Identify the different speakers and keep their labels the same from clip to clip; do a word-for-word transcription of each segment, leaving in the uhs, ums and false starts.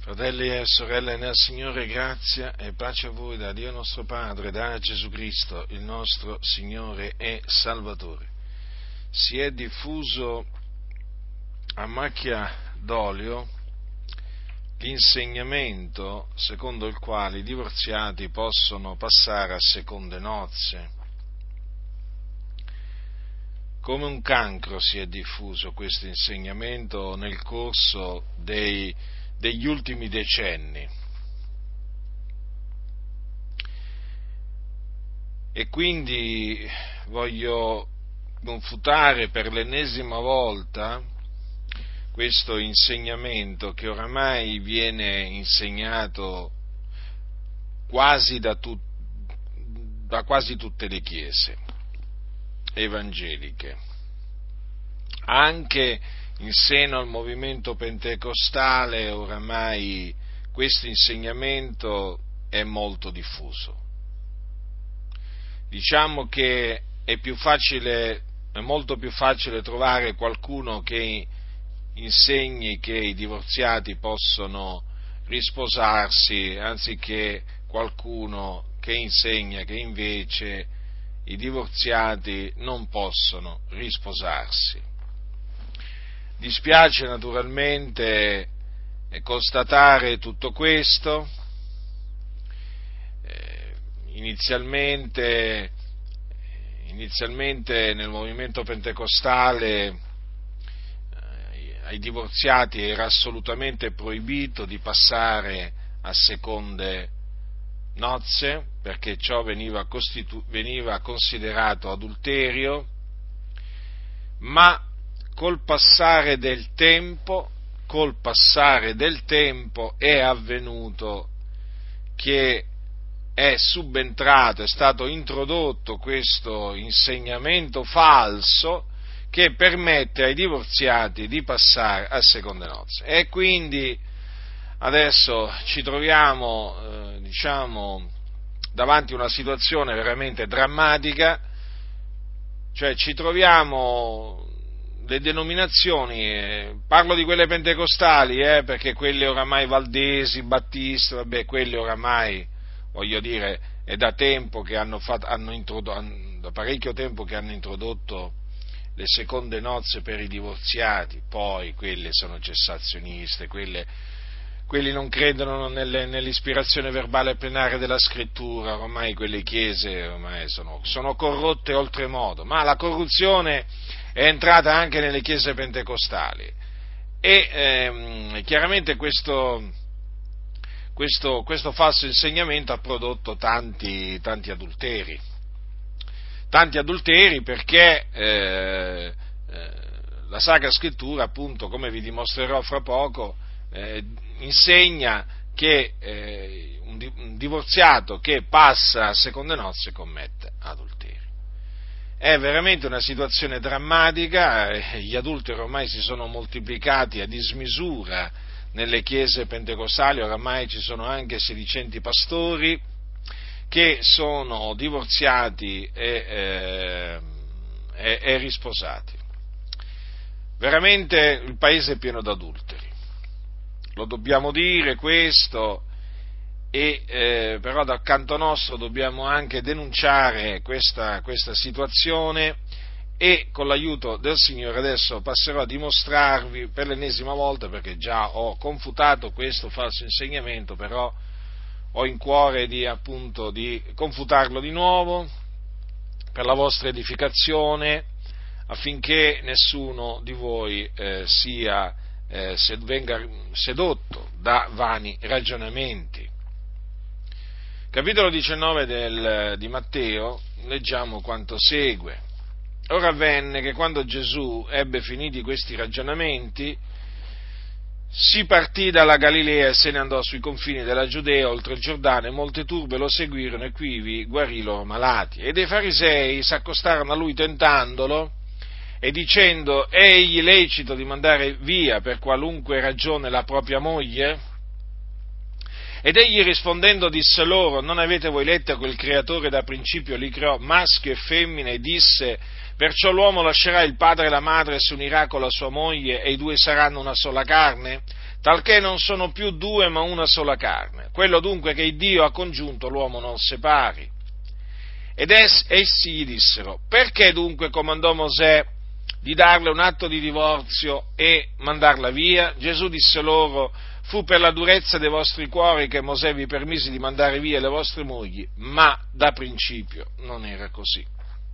Speaker 1: Fratelli e sorelle nel Signore, grazia e pace a voi da Dio nostro Padre, da Gesù Cristo, il nostro Signore e Salvatore. Si è diffuso a macchia d'olio l'insegnamento secondo il quale i divorziati possono passare a seconde nozze. Come un cancro si è diffuso questo insegnamento nel corso dei degli ultimi decenni. E quindi voglio confutare per l'ennesima volta questo insegnamento che oramai viene insegnato quasi da, tu, da quasi tutte le chiese evangeliche, anche in seno al movimento pentecostale. Oramai questo insegnamento è molto diffuso. Diciamo che è più facile, è molto più facile trovare qualcuno che insegni che i divorziati possono risposarsi, anziché qualcuno che insegna che invece i divorziati non possono risposarsi. Dispiace naturalmente constatare tutto questo. Eh, inizialmente, inizialmente nel movimento pentecostale eh, ai divorziati era assolutamente proibito di passare a seconde nozze, perché ciò veniva, costitu- veniva considerato adulterio, ma Col passare del tempo, col passare del tempo è avvenuto che è subentrato, è stato introdotto questo insegnamento falso che permette ai divorziati di passare a seconde nozze. E quindi adesso ci troviamo, eh, diciamo, davanti a una situazione veramente drammatica, cioè ci troviamo le denominazioni, eh, parlo di quelle pentecostali, eh, perché quelle oramai valdesi, battiste, vabbè, quelle oramai, voglio dire, è da tempo che hanno fatto, hanno introdotto, da parecchio tempo che hanno introdotto le seconde nozze per i divorziati. Poi quelle sono cessazioniste, quelle, quelli non credono nelle, nell'ispirazione verbale plenaria della scrittura. Ormai quelle chiese ormai sono, sono corrotte oltremodo, ma la corruzione è entrata anche nelle chiese pentecostali e ehm, chiaramente questo, questo, questo falso insegnamento ha prodotto tanti, tanti adulteri, tanti adulteri perché eh, eh, la Sacra Scrittura, appunto, come vi dimostrerò fra poco, eh, insegna che eh, un, di, un divorziato che passa a seconde nozze commette adulterio. È veramente una situazione drammatica, gli adulteri ormai si sono moltiplicati a dismisura nelle chiese pentecostali, oramai ci sono anche sedicenti pastori che sono divorziati e, eh, e, e risposati. Veramente il paese è pieno d'adulteri, lo dobbiamo dire questo. E eh, però dal canto nostro dobbiamo anche denunciare questa, questa situazione e con l'aiuto del Signore adesso passerò a dimostrarvi per l'ennesima volta, perché già ho confutato questo falso insegnamento, però ho in cuore di, appunto, di confutarlo di nuovo per la vostra edificazione, affinché nessuno di voi eh, sia, eh, se, venga sedotto da vani ragionamenti. Capitolo diciannove del, di Matteo, leggiamo quanto segue. Ora avvenne che quando Gesù ebbe finiti questi ragionamenti, si partì dalla Galilea e se ne andò sui confini della Giudea, oltre il Giordano, e molte turbe lo seguirono e quivi guarì i loro malati. E dei farisei s'accostarono a lui tentandolo e dicendo: è egli lecito di mandare via per qualunque ragione la propria moglie? Ed egli rispondendo disse loro: non avete voi letto che il Creatore da principio li creò maschio e femmina e disse: perciò l'uomo lascerà il padre e la madre e si unirà con la sua moglie e i due saranno una sola carne?
Speaker 2: talché non sono più due ma una sola carne. Quello dunque che Dio ha congiunto l'uomo non separi. Ed es, essi gli dissero: perché dunque comandò Mosè di darle un atto di divorzio e mandarla via? Gesù disse loro: fu per la durezza dei vostri cuori che Mosè vi permise di mandare via le vostre mogli, ma da principio non era così.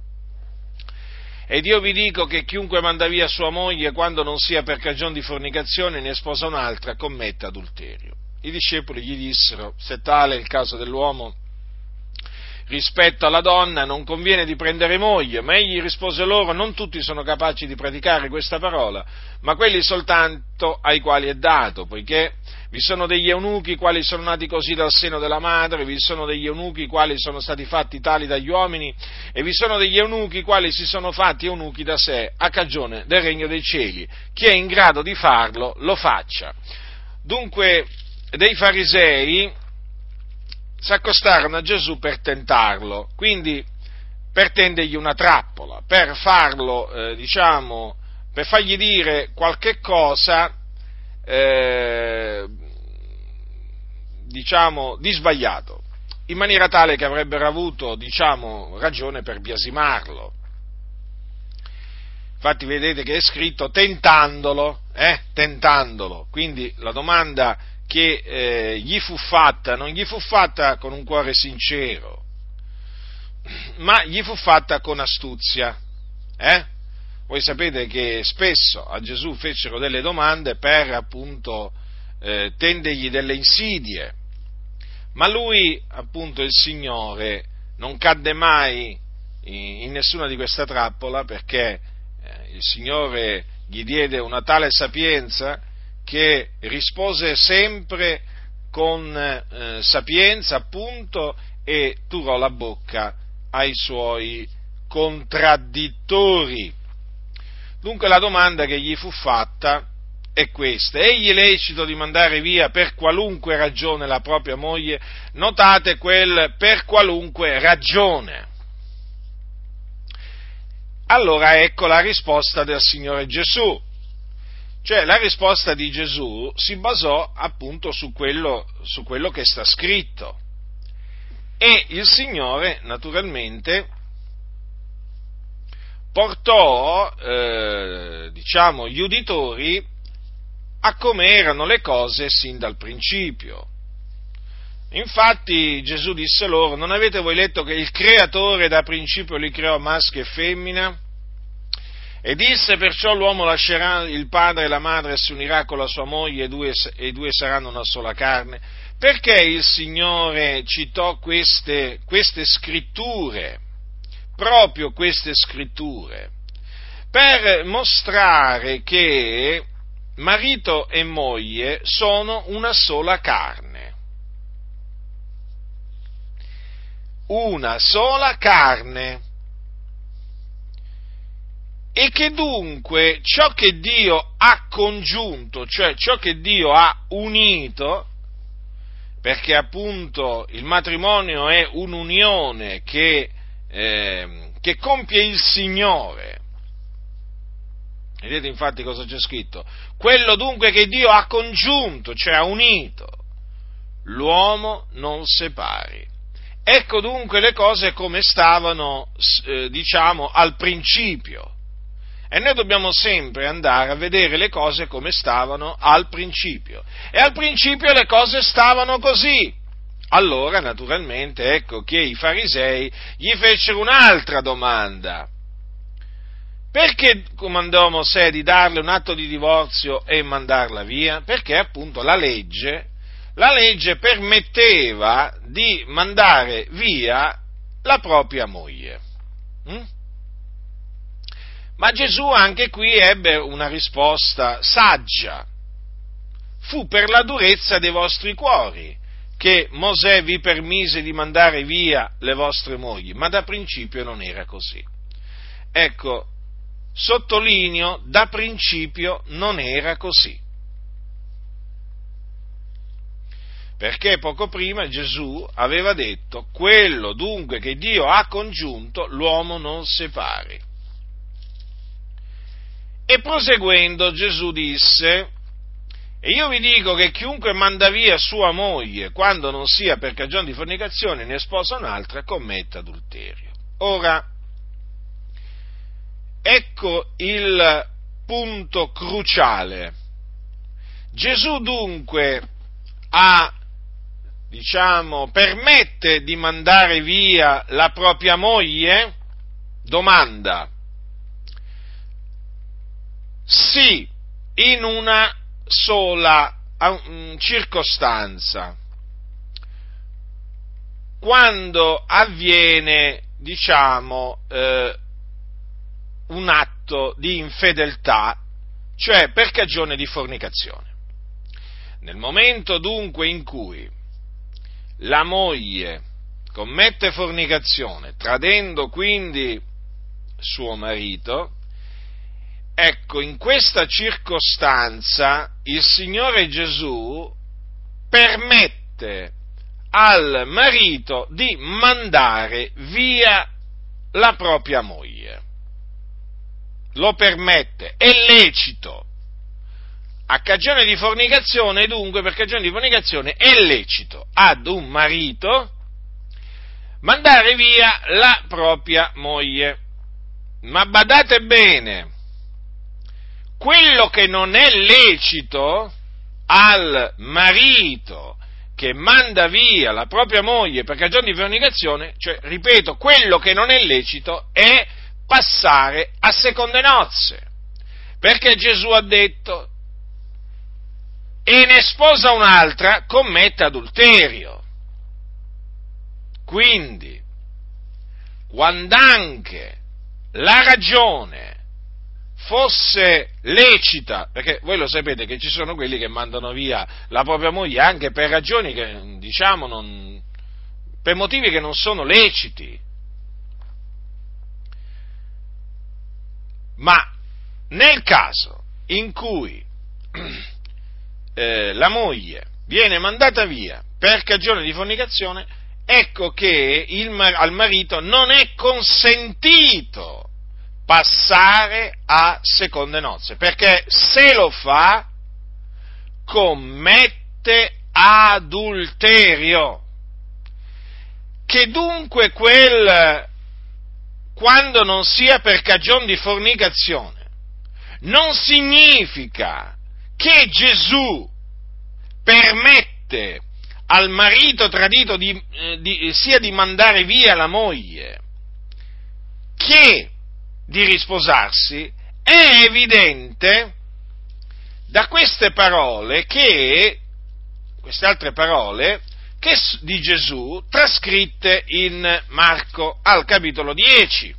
Speaker 2: Ed io vi dico che chiunque manda via sua moglie quando non sia per cagion di fornicazione ne sposa un'altra, commette adulterio. I discepoli gli dissero: se tale è il caso dell'uomo rispetto alla donna, non conviene di prendere moglie. Ma egli rispose loro: non tutti sono capaci di praticare questa parola, ma quelli soltanto ai quali è dato, poiché vi sono degli eunuchi quali sono nati così dal seno della madre, vi sono degli eunuchi quali sono stati fatti tali dagli uomini, e vi sono degli eunuchi quali si sono fatti eunuchi da sé, a cagione del regno dei cieli. Chi è in grado di farlo, lo faccia. Dunque, dei farisei si accostarono a Gesù per tentarlo, quindi per tendergli una trappola, per farlo, eh, diciamo, per fargli dire qualche cosa, eh, diciamo, di sbagliato, in maniera tale che avrebbero avuto, diciamo, ragione per biasimarlo. Infatti vedete che è scritto tentandolo, eh, tentandolo, quindi la domanda che eh, gli fu fatta, non gli fu fatta con un cuore sincero, ma gli fu fatta con astuzia. Eh? Voi sapete che spesso a Gesù fecero delle domande per appunto eh, tendergli delle insidie, ma lui, appunto il Signore, non cadde mai in, in nessuna di queste trappola, perché eh, il Signore gli diede una tale sapienza che rispose sempre con eh, sapienza, appunto, e turò la bocca ai suoi contraddittori. Dunque la domanda che gli fu fatta è questa: egli è lecito di mandare via per qualunque ragione la propria moglie? Notate quel per qualunque ragione. Allora ecco la risposta del Signore Gesù. Cioè, la risposta di Gesù si basò appunto su quello, su quello che sta scritto. E il Signore, naturalmente, portò, eh, diciamo, gli uditori a come erano le cose sin dal principio. Infatti Gesù disse loro: non avete voi letto che il Creatore da principio li creò maschio e femmina? E disse: perciò l'uomo lascerà il padre e la madre e si unirà con la sua moglie, e due, e due saranno una sola carne. Perché il Signore citò queste, queste scritture, proprio queste scritture? Per mostrare che marito e moglie sono una sola carne. Una sola carne. E che dunque ciò che Dio ha congiunto, cioè ciò che Dio ha unito, perché appunto il matrimonio è un'unione che, eh, che compie il Signore. Vedete infatti cosa c'è scritto? Quello dunque che Dio ha congiunto, cioè ha unito, l'uomo non separi. Ecco dunque le cose come stavano, eh, diciamo, al principio. E noi dobbiamo sempre andare a vedere le cose come stavano al principio. E al principio le cose stavano così. Allora, naturalmente, ecco che i farisei gli fecero un'altra domanda. Perché comandò Mosè di darle un atto di divorzio e mandarla via? Perché appunto la legge, la legge permetteva di mandare via la propria moglie. Hm? Ma Gesù anche qui ebbe una risposta saggia. Fu per la durezza dei vostri cuori che Mosè vi permise di mandare via le vostre mogli, ma da principio non era così. Ecco, sottolineo, da principio non era così. Perché poco prima Gesù aveva detto: quello dunque che Dio ha congiunto, l'uomo non separi. E proseguendo Gesù disse: E io vi dico che chiunque manda via sua moglie quando non sia per cagione di fornicazione ne sposa un'altra, commette adulterio. Ora, ecco il punto cruciale. Gesù dunque ha, diciamo, permette di mandare via la propria moglie? Domanda. Sì, in una sola circostanza, quando avviene, diciamo, eh, un atto di infedeltà, cioè per cagione di fornicazione. Nel momento dunque in cui la moglie commette fornicazione, tradendo quindi suo marito, ecco, in questa circostanza il Signore Gesù permette al marito di mandare via la propria moglie. Lo permette, è lecito. A cagione di fornicazione, dunque, per cagione di fornicazione, è lecito ad un marito mandare via la propria moglie. Ma badate bene, quello che non è lecito al marito che manda via la propria moglie per cagione di fornicazione, cioè, ripeto, quello che non è lecito è passare a seconde nozze, perché Gesù ha detto: e ne sposa un'altra, commette adulterio. Quindi, quand'anche la ragione fosse lecita, perché voi lo sapete che ci sono quelli che mandano via la propria moglie anche per ragioni che, diciamo, non, per motivi che non sono leciti, ma nel caso in cui eh, la moglie viene mandata via per cagione di fornicazione, ecco che il, al marito non è consentito passare a seconde nozze, perché se lo fa commette adulterio. Che dunque quel, quando non sia per cagione di fornicazione, non significa che Gesù permette al marito tradito di, eh, di, sia di mandare via la moglie che di risposarsi. È evidente da queste parole che, queste altre parole, che di Gesù trascritte in Marco al capitolo dieci,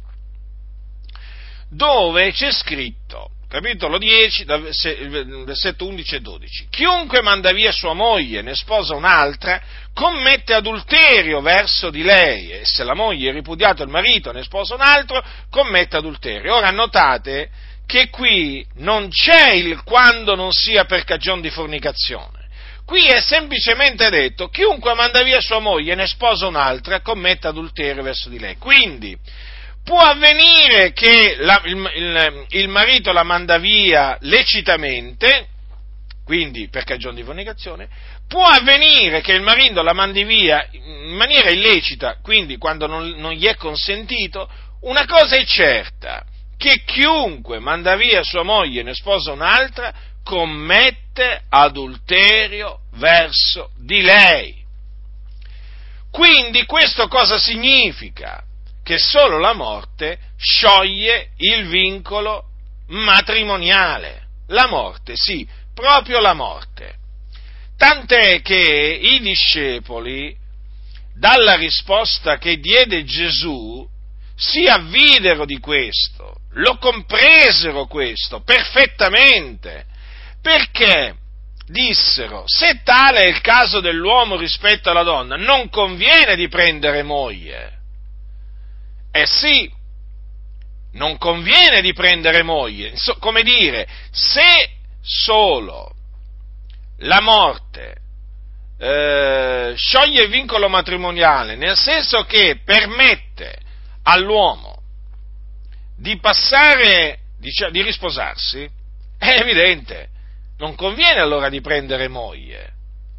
Speaker 2: dove c'è scritto, capitolo dieci, versetto undici e dodici, chiunque manda via sua moglie e ne sposa un'altra, commette adulterio verso di lei, e se la moglie è ripudiato il marito e ne sposa un altro, commette adulterio. Ora notate che qui non c'è il quando non sia per cagione di fornicazione. Qui è semplicemente detto: chiunque manda via sua moglie e ne sposa un'altra, commette adulterio verso di lei. Quindi, può avvenire che la, il, il, il marito la manda via lecitamente, quindi per cagione di fornicazione, può avvenire che il marito la mandi via in maniera illecita, quindi quando non, non gli è consentito. Una cosa è certa, che chiunque manda via sua moglie e ne sposa un'altra, commette adulterio verso di lei. Quindi questo cosa significa? Che solo la morte scioglie il vincolo matrimoniale. La morte, sì, proprio la morte. Tant'è che i discepoli, dalla risposta che diede Gesù, si avvidero di questo, lo compresero questo perfettamente, perché dissero: se tale è il caso dell'uomo rispetto alla donna, non conviene di prendere moglie. Eh sì, non conviene di prendere moglie, come dire, se solo la morte eh, scioglie il vincolo matrimoniale, nel senso che permette all'uomo di passare, di, di risposarsi, è evidente non conviene allora di prendere moglie.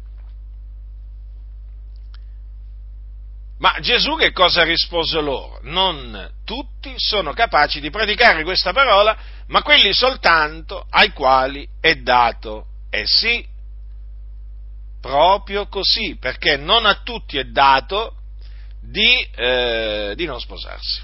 Speaker 2: Ma Gesù che cosa rispose loro? Non tutti sono capaci di predicare questa parola, ma quelli soltanto ai quali è dato. Eh sì, proprio così, perché non a tutti è dato di, eh, di non sposarsi.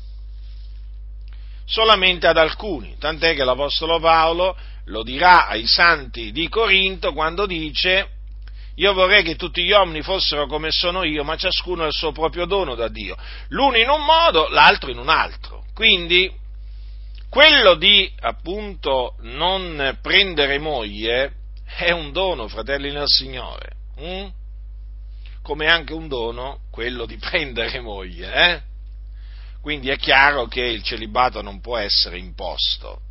Speaker 2: Solamente ad alcuni, tant'è che l'Apostolo Paolo lo dirà ai santi di Corinto quando dice: io vorrei che tutti gli uomini fossero come sono io, ma ciascuno ha il suo proprio dono da Dio, l'uno in un modo, l'altro in un altro. Quindi, quello di, appunto, non prendere moglie è un dono, fratelli nel Signore, hm? Come anche un dono quello di prendere moglie, eh? Quindi è chiaro che il celibato non può essere imposto.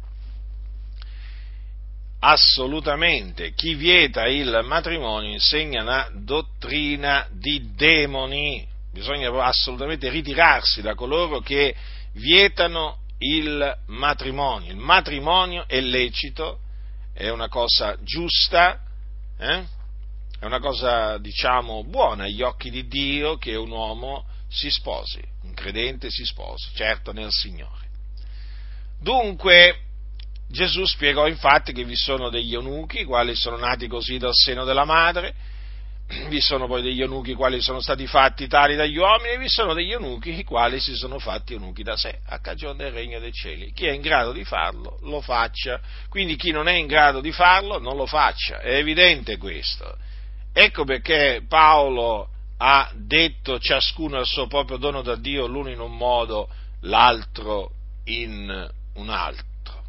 Speaker 2: Assolutamente, chi vieta il matrimonio insegna una dottrina di demoni, bisogna assolutamente ritirarsi da coloro che vietano il matrimonio. Il matrimonio è lecito, è una cosa giusta, eh? È una cosa, diciamo, buona agli occhi di Dio che un uomo si sposi, un credente si sposi, certo nel Signore. Dunque, Gesù spiegò infatti che vi sono degli eunuchi, quali sono nati così dal seno della madre, vi sono poi degli eunuchi quali sono stati fatti tali dagli uomini, e vi sono degli eunuchi i quali si sono fatti eunuchi da sé, a cagione del regno dei cieli. Chi è in grado di farlo, lo faccia, quindi chi non è in grado di farlo, non lo faccia, è evidente questo. Ecco perché Paolo ha detto: ciascuno ha il suo proprio dono da Dio, l'uno in un modo, l'altro in un altro.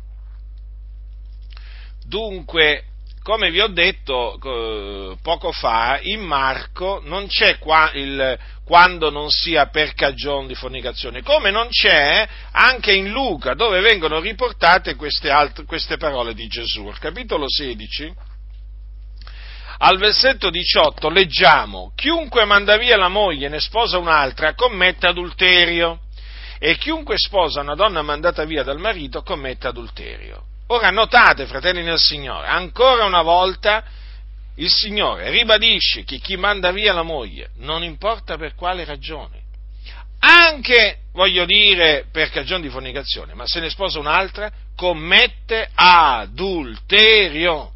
Speaker 2: Dunque, come vi ho detto eh, poco fa, in Marco non c'è qua il quando non sia per cagion di fornicazione, come non c'è anche in Luca, dove vengono riportate queste, altre, queste parole di Gesù. Al capitolo sedici, al versetto diciotto, leggiamo: chiunque manda via la moglie e ne sposa un'altra commette adulterio, e chiunque sposa una donna mandata via dal marito commette adulterio. Ora notate, fratelli nel Signore, ancora una volta il Signore ribadisce che chi manda via la moglie, non importa per quale ragione, anche, voglio dire, per cagione di fornicazione, ma se ne sposa un'altra, commette adulterio.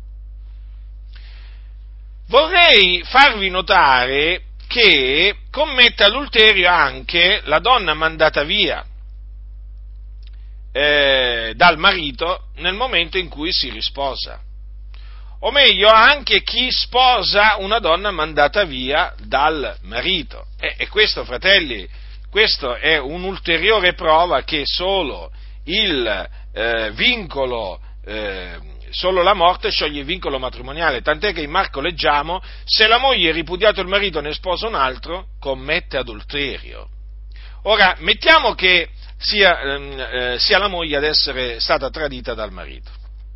Speaker 2: Vorrei farvi notare che commette adulterio anche la donna mandata via Eh, dal marito nel momento in cui si risposa, o meglio anche chi sposa una donna mandata via dal marito, e, e questo, fratelli, questo è un'ulteriore prova che solo il eh, vincolo eh, solo la morte scioglie il vincolo matrimoniale, tant'è che in Marco leggiamo: se la moglie ripudiato il marito e ne sposa un altro, commette adulterio. Ora, mettiamo che Sia, eh, sia la moglie ad essere stata tradita dal marito,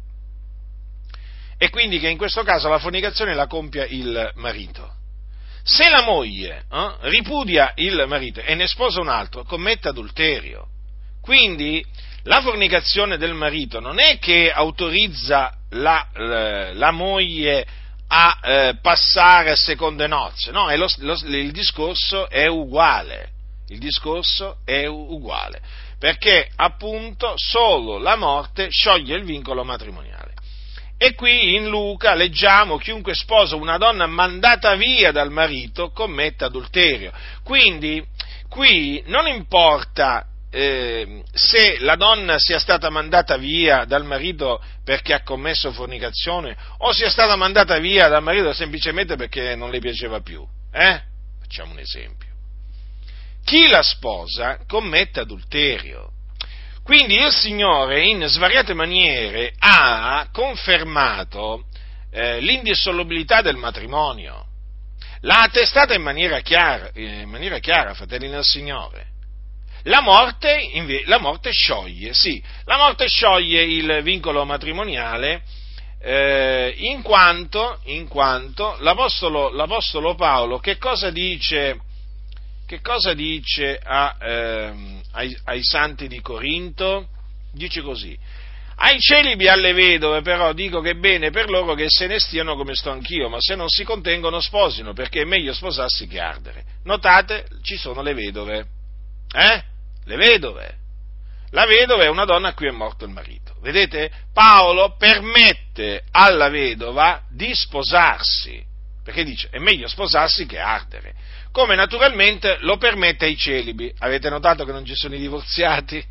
Speaker 2: e quindi che in questo caso la fornicazione la compia il marito. Se la moglie eh, ripudia il marito e ne sposa un altro, commette adulterio. Quindi la fornicazione del marito non è che autorizza la, la, la moglie a eh, passare a seconde nozze, no, è lo, lo, il discorso è uguale. Il discorso è uguale, perché appunto solo la morte scioglie il vincolo matrimoniale. E qui in Luca leggiamo: chiunque sposa una donna mandata via dal marito commette adulterio. Quindi qui non importa eh, se la donna sia stata mandata via dal marito perché ha commesso fornicazione, o sia stata mandata via dal marito semplicemente perché non le piaceva più. Eh? Facciamo un esempio. Chi la sposa commette adulterio. Quindi il Signore in svariate maniere ha confermato eh, l'indissolubilità del matrimonio. L'ha attestata in maniera chiara, in maniera chiara, fratelli nel Signore. La morte, inve- la morte scioglie, sì, la morte scioglie il vincolo matrimoniale eh, in quanto, in quanto l'Apostolo, l'Apostolo Paolo che cosa dice? Che cosa dice a, ehm, ai, ai santi di Corinto? Dice così: Ai celibi e alle vedove però dico che è bene per loro che se ne stiano come sto anch'io, ma se non si contengono sposino, perché è meglio sposarsi che ardere. Notate, ci sono le vedove, eh? Le vedove. La vedova è una donna a cui è morto il marito. Vedete? Paolo permette alla vedova di sposarsi, perché dice è meglio sposarsi che ardere, come naturalmente lo permette ai celibi. Avete notato che non ci sono i divorziati?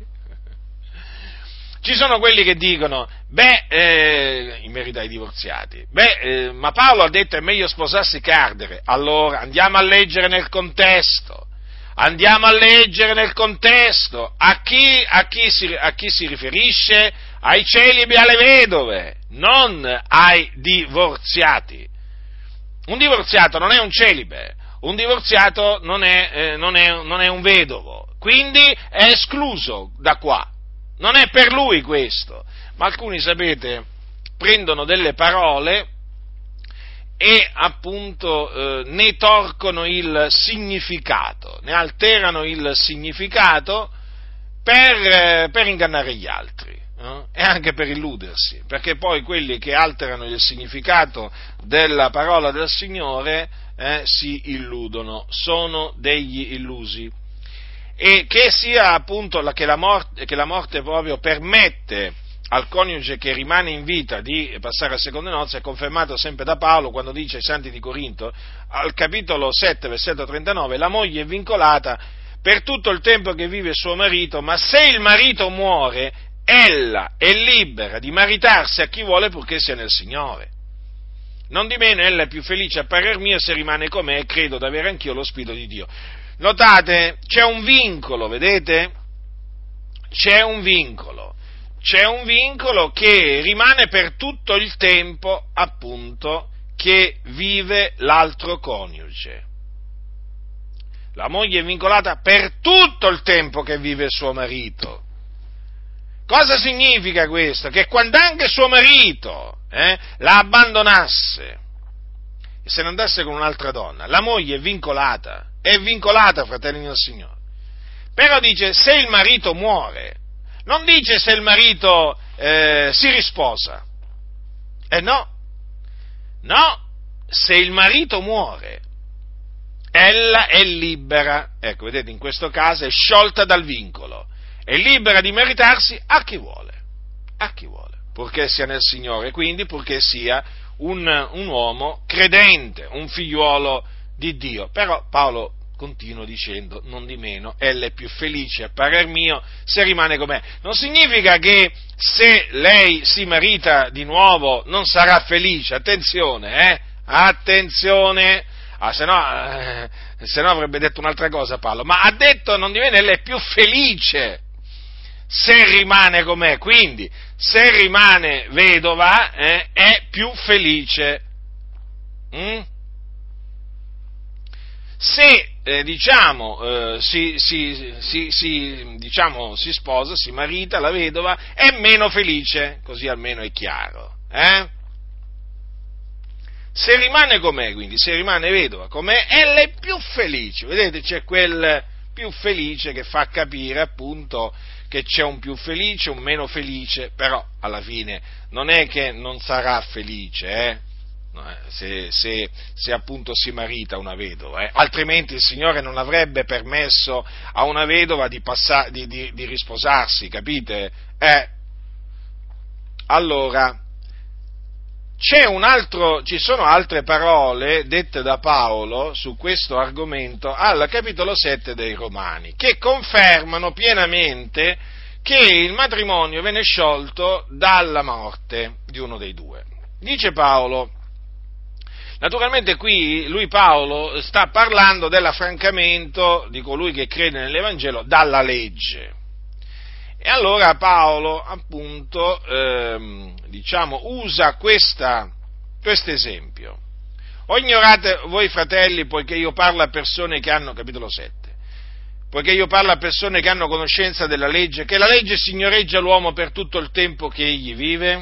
Speaker 2: Ci sono quelli che dicono, beh, eh, in merito ai divorziati, beh, eh, ma Paolo ha detto è meglio sposarsi che ardere. Allora andiamo a leggere nel contesto, andiamo a leggere nel contesto a chi, a chi, si, a chi si riferisce, ai celibi e alle vedove, non ai divorziati. Un divorziato non è un celibe, un divorziato non è, eh, non è, non è un vedovo, quindi è escluso da qua. Non è per lui questo, ma alcuni, sapete, prendono delle parole e appunto eh, ne torcono il significato, ne alterano il significato per, eh, per ingannare gli altri, eh? E anche per illudersi, perché poi quelli che alterano il significato della parola del Signore eh, si illudono, sono degli illusi. E che sia appunto la, che, la morte, che la morte proprio permette al coniuge che rimane in vita di passare a seconde nozze è confermato sempre da Paolo quando dice ai Santi di Corinto, al capitolo sette, versetto trentanove, la moglie è vincolata per tutto il tempo che vive suo marito, ma se il marito muore, ella è libera di maritarsi a chi vuole purché sia nel Signore. Non di meno, ella è più felice a parer mio se rimane con me e credo d'avere anch'io lo Spirito di Dio. Notate, c'è un vincolo, vedete? C'è un vincolo, c'è un vincolo che rimane per tutto il tempo, appunto, che vive l'altro coniuge. La moglie è vincolata per tutto il tempo che vive il suo marito. Cosa significa questo? Che quando anche suo marito eh, la abbandonasse e se ne andasse con un'altra donna, la moglie è vincolata. È vincolata, fratelli del Signore. Però dice se il marito muore, non dice se il marito eh, si risposa. Eh no, no, se il marito muore, ella è libera, ecco, vedete, in questo caso è sciolta dal vincolo, è libera di maritarsi a chi vuole, a chi vuole, purché sia nel Signore, quindi purché sia un, un uomo credente, un figliuolo di Dio. Però Paolo continua dicendo, non di meno, ella è più felice a parer mio se rimane con me. Non significa che se lei si marita di nuovo non sarà felice, attenzione, eh, attenzione, ah, se no, eh, se no avrebbe detto un'altra cosa Paolo, ma ha detto, non di meno, ella è più felice se rimane con me, quindi se rimane vedova eh, è più felice. Mm? Se eh, diciamo eh, si, si, si, si, diciamo, si sposa, si marita, la vedova è meno felice, così almeno è chiaro. Eh? Se rimane com'è, quindi, se rimane vedova com'è, ella è più felice. Vedete, c'è quel più felice che fa capire appunto che c'è un più felice, un meno felice, però alla fine non è che non sarà felice, eh? Se, se, se appunto si marita una vedova, eh? Altrimenti il Signore non avrebbe permesso a una vedova di, passa, di, di, di risposarsi, capite? Eh? Allora, c'è un altro, ci sono altre parole dette da Paolo su questo argomento al capitolo sette dei Romani, che confermano pienamente che il matrimonio viene sciolto dalla morte di uno dei due. Dice Paolo, naturalmente qui lui Paolo sta parlando dell'affrancamento di colui che crede nell'Evangelo dalla legge. E allora Paolo appunto ehm, diciamo usa questa, questo esempio. O ignorate voi fratelli, poiché io parlo a persone che hanno, capitolo sette, poiché io parlo a persone che hanno conoscenza della legge, che la legge signoreggia l'uomo per tutto il tempo che egli vive?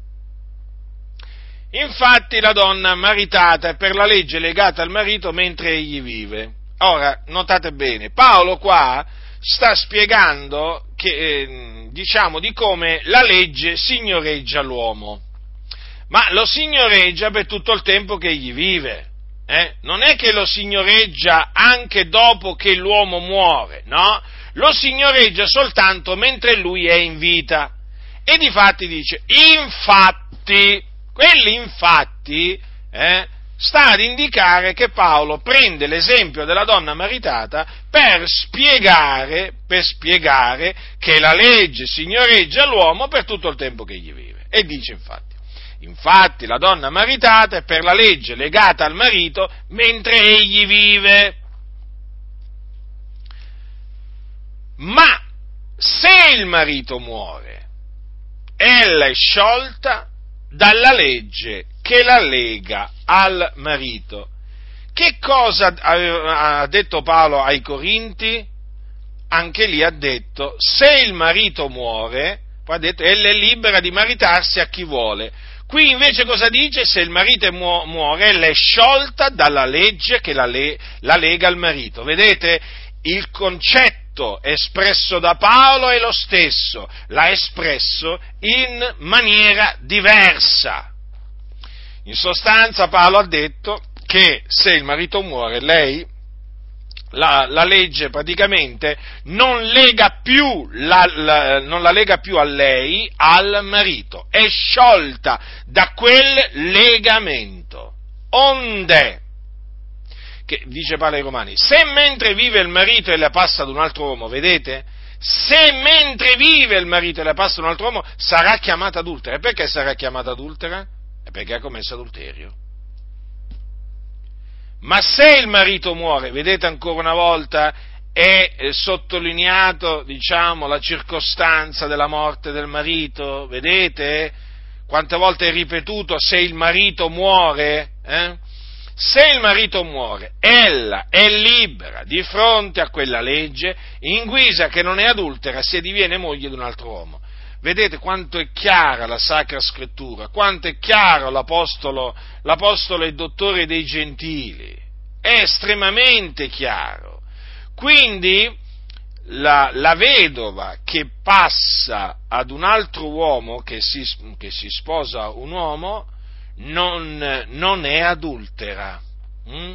Speaker 2: Infatti la donna maritata è per la legge legata al marito mentre egli vive. Ora, notate bene, Paolo qua sta spiegando che, eh, diciamo, di come la legge signoreggia l'uomo, ma lo signoreggia per tutto il tempo che egli vive. Eh? Non è che lo signoreggia anche dopo che l'uomo muore, no? Lo signoreggia soltanto mentre lui è in vita. E difatti dice, infatti, quelli infatti, eh, sta ad indicare che Paolo prende l'esempio della donna maritata per spiegare, per spiegare che la legge signoreggia l'uomo per tutto il tempo che egli vive. E dice infatti, Infatti la donna maritata è per la legge legata al marito mentre egli vive. Ma se il marito muore, ella è sciolta dalla legge che la lega al marito. Che cosa ha detto Paolo ai Corinti? Anche lì ha detto, se il marito muore, poi ha detto, ella è libera di maritarsi a chi vuole. Qui invece cosa dice? Se il marito muore, ella è sciolta dalla legge che la, le, la lega al marito. Vedete? Il concetto espresso da Paolo è lo stesso, l'ha espresso in maniera diversa. In sostanza Paolo ha detto che se il marito muore, lei, la, la legge praticamente non lega più, la, la, non la lega più a lei, al marito, è sciolta da quel legamento. Onde, che dice Paolo ai Romani, se mentre vive il marito e la passa ad un altro uomo, vedete? Se mentre vive il marito e la passa ad un altro uomo, sarà chiamata adultera. E perché sarà chiamata adultera? È perché ha commesso adulterio. Ma se il marito muore, vedete ancora una volta, è sottolineato, diciamo, la circostanza della morte del marito, vedete? Quante volte è ripetuto, se il marito muore, eh? Se il marito muore, ella è libera di fronte a quella legge, in guisa che non è adultera se diviene moglie di un altro uomo. Vedete quanto è chiara la Sacra Scrittura, quanto è chiaro l'Apostolo, l'Apostolo e Dottore dei Gentili, è estremamente chiaro. Quindi la, la vedova che passa ad un altro uomo, che si, che si sposa un uomo, non, non è adultera, hm?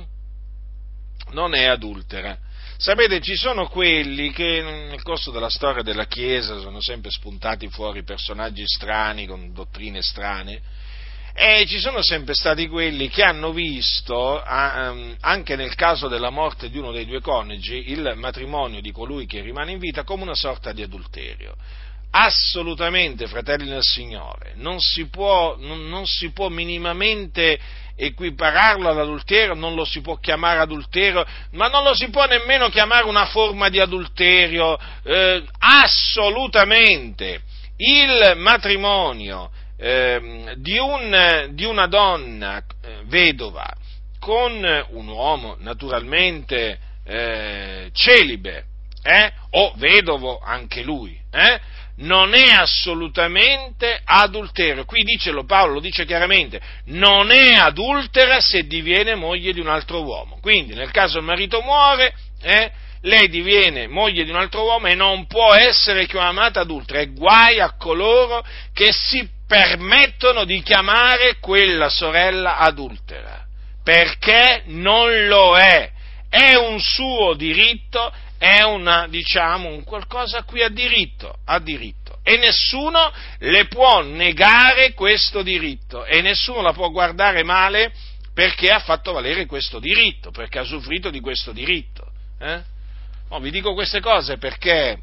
Speaker 2: non è adultera. Sapete, ci sono quelli che nel corso della storia della Chiesa sono sempre spuntati fuori personaggi strani, con dottrine strane, e ci sono sempre stati quelli che hanno visto, anche nel caso della morte di uno dei due coniugi, il matrimonio di colui che rimane in vita come una sorta di adulterio. Assolutamente, fratelli del Signore, non si può, non, non si può minimamente equipararlo all'adulterio, non lo si può chiamare adulterio, ma non lo si può nemmeno chiamare una forma di adulterio, eh, assolutamente. Il matrimonio eh, di, un, di una donna eh, vedova con un uomo naturalmente eh, celibe, eh, o vedovo anche lui, eh, non è assolutamente adulterio. Qui dicelo, Paolo lo dice chiaramente, non è adultera se diviene moglie di un altro uomo. Quindi nel caso il marito muore, eh, lei diviene moglie di un altro uomo e non può essere chiamata adultera, e guai a coloro che si permettono di chiamare quella sorella adultera, perché non lo è, è un suo diritto, è una, diciamo, un qualcosa a cui ha diritto, ha diritto, e nessuno le può negare questo diritto, e nessuno la può guardare male perché ha fatto valere questo diritto, perché ha usufruito di questo diritto. Eh? Oh, vi dico queste cose perché,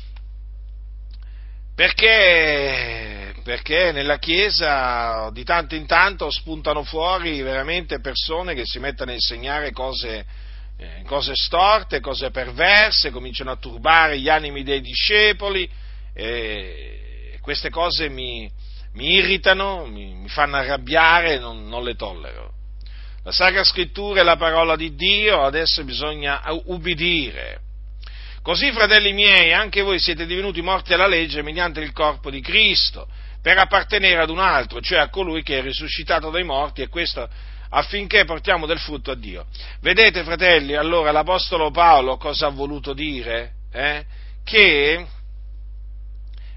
Speaker 2: perché, perché nella Chiesa di tanto in tanto spuntano fuori veramente persone che si mettono a insegnare cose Eh, cose storte, cose perverse, cominciano a turbare gli animi dei discepoli, e queste cose mi, mi irritano, mi, mi fanno arrabbiare, non, non le tollero. La Sacra Scrittura è la parola di Dio, adesso bisogna ubbidire. Così, fratelli miei, anche voi siete divenuti morti alla legge mediante il corpo di Cristo, per appartenere ad un altro, cioè a colui che è risuscitato dai morti, e questo affinché portiamo del frutto a Dio. Vedete, fratelli, allora l'Apostolo Paolo cosa ha voluto dire? Eh? Che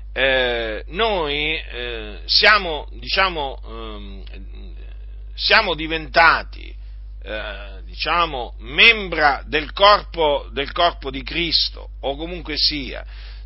Speaker 2: eh, noi eh, siamo, diciamo, ehm, siamo diventati, eh, diciamo, membra del corpo, del corpo di Cristo, o comunque sia,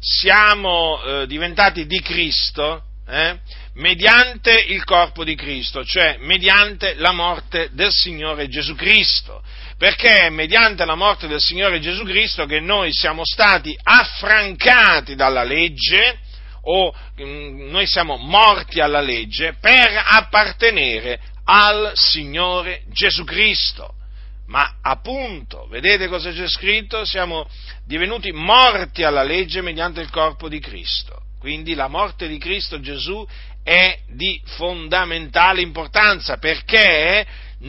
Speaker 2: siamo eh, diventati di Cristo, eh, mediante il corpo di Cristo, cioè mediante la morte del Signore Gesù Cristo, perché è mediante la morte del Signore Gesù Cristo che noi siamo stati affrancati dalla legge, o mh, noi siamo morti alla legge per appartenere al Signore Gesù Cristo. Ma appunto, vedete cosa c'è scritto? Siamo divenuti morti alla legge mediante il corpo di Cristo. Quindi la morte di Cristo Gesù è di fondamentale importanza, perché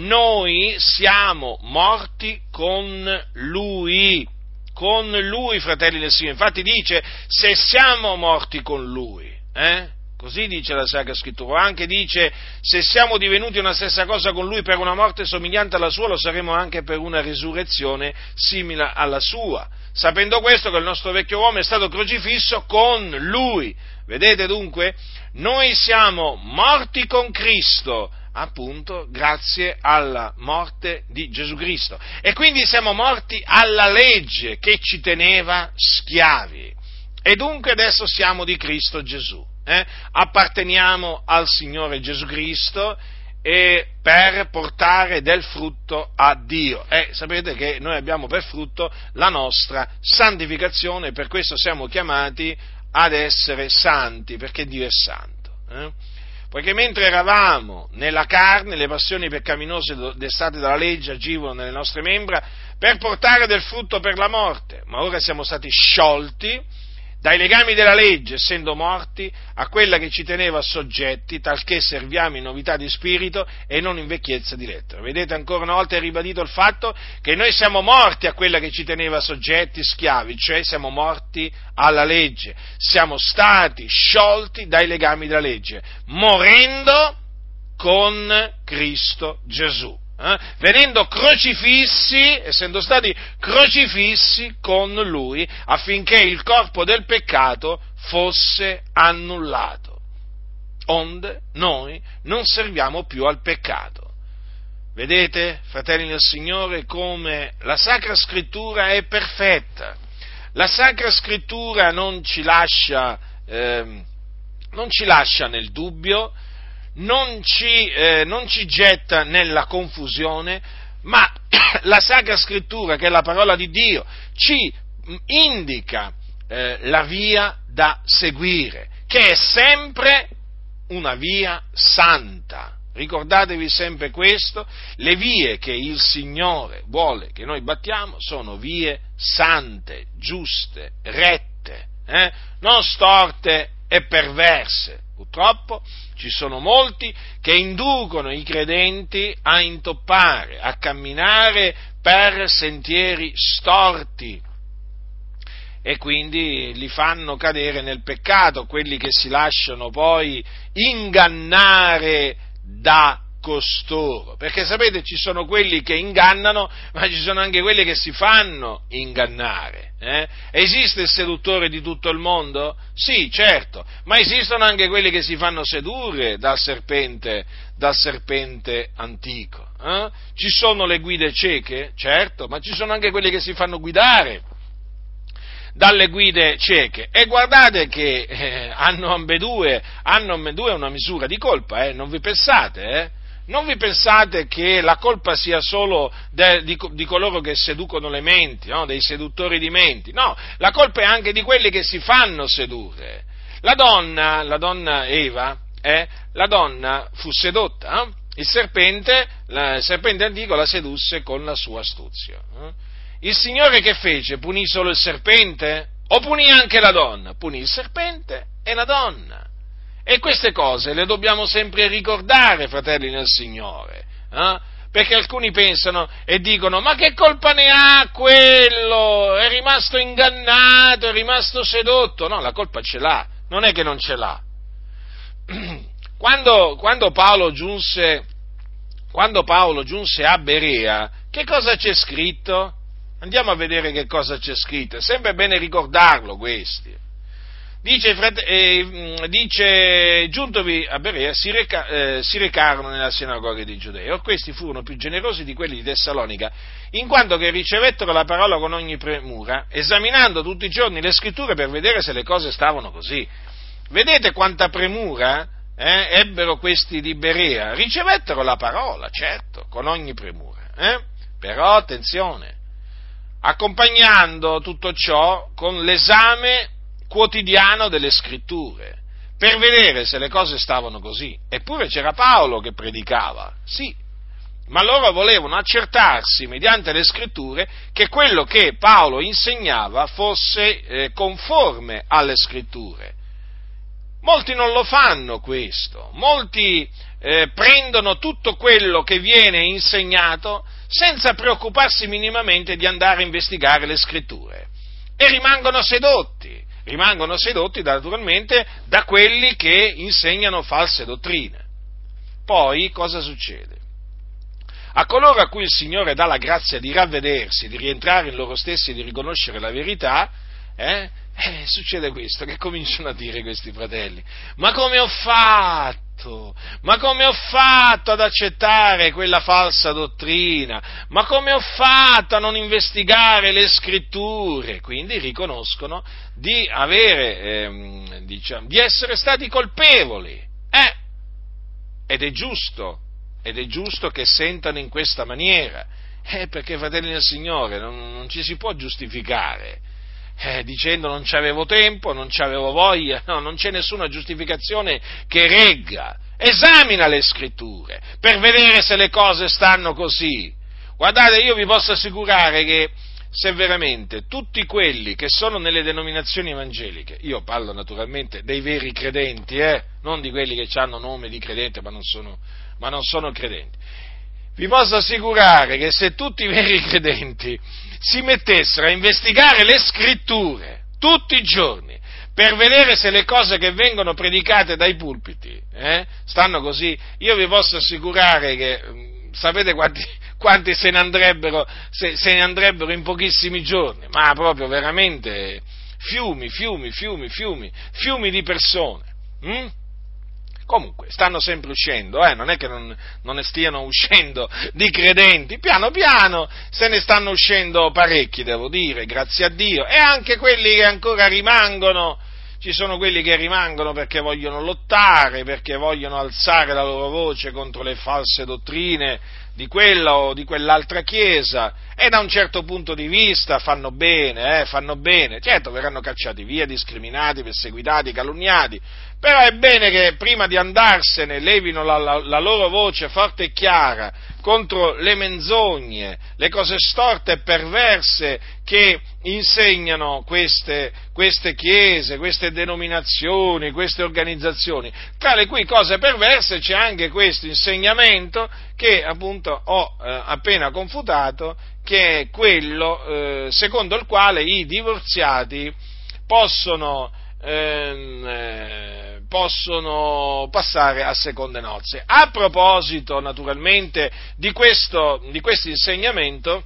Speaker 2: noi siamo morti con Lui, con Lui, fratelli del Signore. Infatti dice, se siamo morti con Lui, eh? Così dice la Sacra Scrittura. Anche dice, se siamo divenuti una stessa cosa con Lui per una morte somigliante alla sua, lo saremo anche per una risurrezione simile alla sua. Sapendo questo, che il nostro vecchio uomo è stato crocifisso con Lui. Vedete dunque? Noi siamo morti con Cristo, appunto, grazie alla morte di Gesù Cristo. E quindi siamo morti alla legge che ci teneva schiavi. E dunque adesso siamo di Cristo Gesù. Eh? Apparteniamo al Signore Gesù Cristo e per portare del frutto a Dio. E sapete che noi abbiamo per frutto la nostra santificazione, per questo siamo chiamati ad essere santi, perché Dio è santo. Eh? Poiché mentre eravamo nella carne, le passioni peccaminose destate dalla legge agivano nelle nostre membra per portare del frutto per la morte, ma ora siamo stati sciolti dai legami della legge, essendo morti a quella che ci teneva soggetti, talché serviamo in novità di spirito e non in vecchiezza di lettera. Vedete, ancora una volta è ribadito il fatto che noi siamo morti a quella che ci teneva soggetti, schiavi, cioè siamo morti alla legge, siamo stati sciolti dai legami della legge, morendo con Cristo Gesù. Eh? Venendo crocifissi, essendo stati crocifissi con Lui, affinché il corpo del peccato fosse annullato, onde noi non serviamo più al peccato. Vedete, fratelli del Signore, come la Sacra Scrittura è perfetta. La Sacra Scrittura non ci lascia, eh, non ci lascia nel dubbio, Non ci, eh, non ci getta nella confusione, ma la Sacra Scrittura, che è la parola di Dio, ci indica eh, la via da seguire, che è sempre una via santa. Ricordatevi sempre questo: le vie che il Signore vuole che noi battiamo sono vie sante, giuste, rette, eh? non storte e perverse. Purtroppo ci sono molti che inducono i credenti a intoppare, a camminare per sentieri storti e quindi li fanno cadere nel peccato, quelli che si lasciano poi ingannare da costoro, perché sapete, ci sono quelli che ingannano, ma ci sono anche quelli che si fanno ingannare. Eh? Esiste il seduttore di tutto il mondo? Sì, certo, ma esistono anche quelli che si fanno sedurre dal serpente, dal serpente antico. Eh? Ci sono le guide cieche? Certo, ma ci sono anche quelli che si fanno guidare dalle guide cieche, e guardate che eh, hanno ambedue, hanno ambedue una misura di colpa, eh? non vi pensate, eh? Non vi pensate che la colpa sia solo de, di, di coloro che seducono le menti, no? Dei seduttori di menti, no, la colpa è anche di quelli che si fanno sedurre. La donna, la donna Eva, eh, la donna fu sedotta, eh? il serpente, la, il serpente antico la sedusse con la sua astuzia. Eh? Il Signore che fece? Punì solo il serpente? O punì anche la donna? Punì il serpente e la donna. E queste cose le dobbiamo sempre ricordare, fratelli nel Signore, eh? Perché alcuni pensano e dicono: ma che colpa ne ha quello? È rimasto ingannato, è rimasto sedotto. No, la colpa ce l'ha, non è che non ce l'ha. Quando, quando Paolo giunse, quando Paolo giunse a Berea, che cosa c'è scritto? Andiamo a vedere che cosa c'è scritto, è sempre bene ricordarlo questi. Dice, eh, dice giuntovi a Berea, si, reca, eh, si recarono nella sinagoga di Giudea. Or questi furono più generosi di quelli di Tessalonica, in quanto che ricevettero la parola con ogni premura, esaminando tutti i giorni le scritture per vedere se le cose stavano così. Vedete quanta premura eh, ebbero questi di Berea? Ricevettero la parola, certo, con ogni premura. Eh? Però, attenzione, accompagnando tutto ciò con l'esame quotidiano delle scritture, per vedere se le cose stavano così. Eppure c'era Paolo che predicava, sì, ma loro volevano accertarsi mediante le scritture che quello che Paolo insegnava fosse eh, conforme alle scritture. Molti non lo fanno questo, molti eh, prendono tutto quello che viene insegnato senza preoccuparsi minimamente di andare a investigare le scritture e rimangono sedotti. rimangono sedotti naturalmente da quelli che insegnano false dottrine. Poi cosa succede? A coloro a cui il Signore dà la grazia di ravvedersi, di rientrare in loro stessi e di riconoscere la verità, eh, eh, succede questo, che cominciano a dire questi fratelli: ma come ho fatto? Ma come ho fatto ad accettare quella falsa dottrina? Ma come ho fatto a non investigare le scritture? Quindi riconoscono di avere, ehm, diciamo, di essere stati colpevoli, eh? Ed è giusto, ed è giusto che sentano in questa maniera, eh, perché, fratelli del Signore, non, non ci si può giustificare. Eh, dicendo non c'avevo tempo, non c'avevo voglia, no, non c'è nessuna giustificazione che regga. Esamina le scritture per vedere se le cose stanno così. Guardate, io vi posso assicurare che se veramente tutti quelli che sono nelle denominazioni evangeliche, io parlo naturalmente dei veri credenti, eh, non di quelli che hanno nome di credente ma non sono, ma non sono credenti, vi posso assicurare che se tutti i veri credenti si mettessero a investigare le scritture tutti i giorni per vedere se le cose che vengono predicate dai pulpiti eh, stanno così, io vi posso assicurare che mh, sapete quanti, quanti se ne andrebbero se, se ne andrebbero in pochissimi giorni, ma proprio veramente fiumi, fiumi, fiumi, fiumi, fiumi di persone. Hm? Comunque, stanno sempre uscendo, eh? non è che non, non ne stiano uscendo di credenti, piano piano se ne stanno uscendo parecchi, devo dire, grazie a Dio, e anche quelli che ancora rimangono, ci sono quelli che rimangono perché vogliono lottare, perché vogliono alzare la loro voce contro le false dottrine di quella o di quell'altra chiesa, e da un certo punto di vista fanno bene, eh, fanno bene, certo verranno cacciati via, discriminati, perseguitati, calunniati, però è bene che prima di andarsene levino la, la, la loro voce forte e chiara contro le menzogne, le cose storte e perverse che insegnano queste, queste chiese, queste denominazioni, queste organizzazioni, tra le cui cose perverse c'è anche questo insegnamento che appunto ho eh, appena confutato, che è quello eh, secondo il quale i divorziati possono Ehm, eh, possono passare a seconde nozze. A proposito, naturalmente, di questo, di questo insegnamento,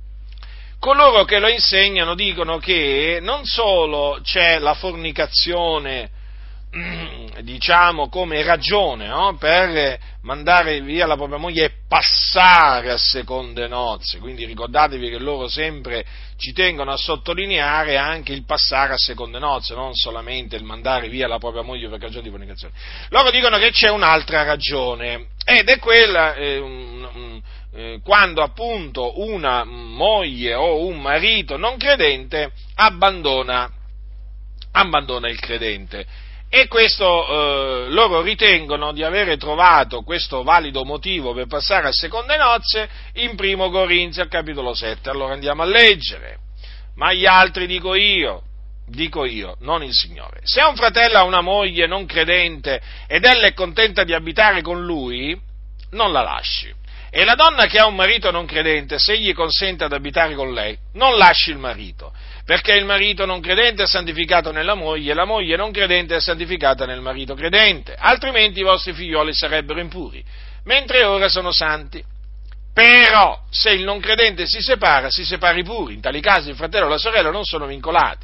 Speaker 2: coloro che lo insegnano dicono che non solo c'è la fornicazione, diciamo, come ragione, no? Per mandare via la propria moglie e passare a seconde nozze, quindi ricordatevi che loro sempre ci tengono a sottolineare anche il passare a seconde nozze, non solamente il mandare via la propria moglie per ragione di fornicazione. Loro dicono che c'è un'altra ragione, ed è quella eh, um, um, eh, quando appunto una moglie o un marito non credente abbandona, abbandona il credente. E questo eh, loro ritengono di avere trovato questo valido motivo per passare a seconde nozze in Primo Corinzi al capitolo sette. Allora andiamo a leggere. Ma gli altri dico io, dico io, non il Signore. Se un fratello ha una moglie non credente ed ella è contenta di abitare con lui, non la lasci. E la donna che ha un marito non credente, se egli consente ad abitare con lei, non lasci il marito, perché il marito non credente è santificato nella moglie, e la moglie non credente è santificata nel marito credente, altrimenti i vostri figlioli sarebbero impuri, mentre ora sono santi. Però, se il non credente si separa, si separi pure, in tali casi il fratello e la sorella non sono vincolati,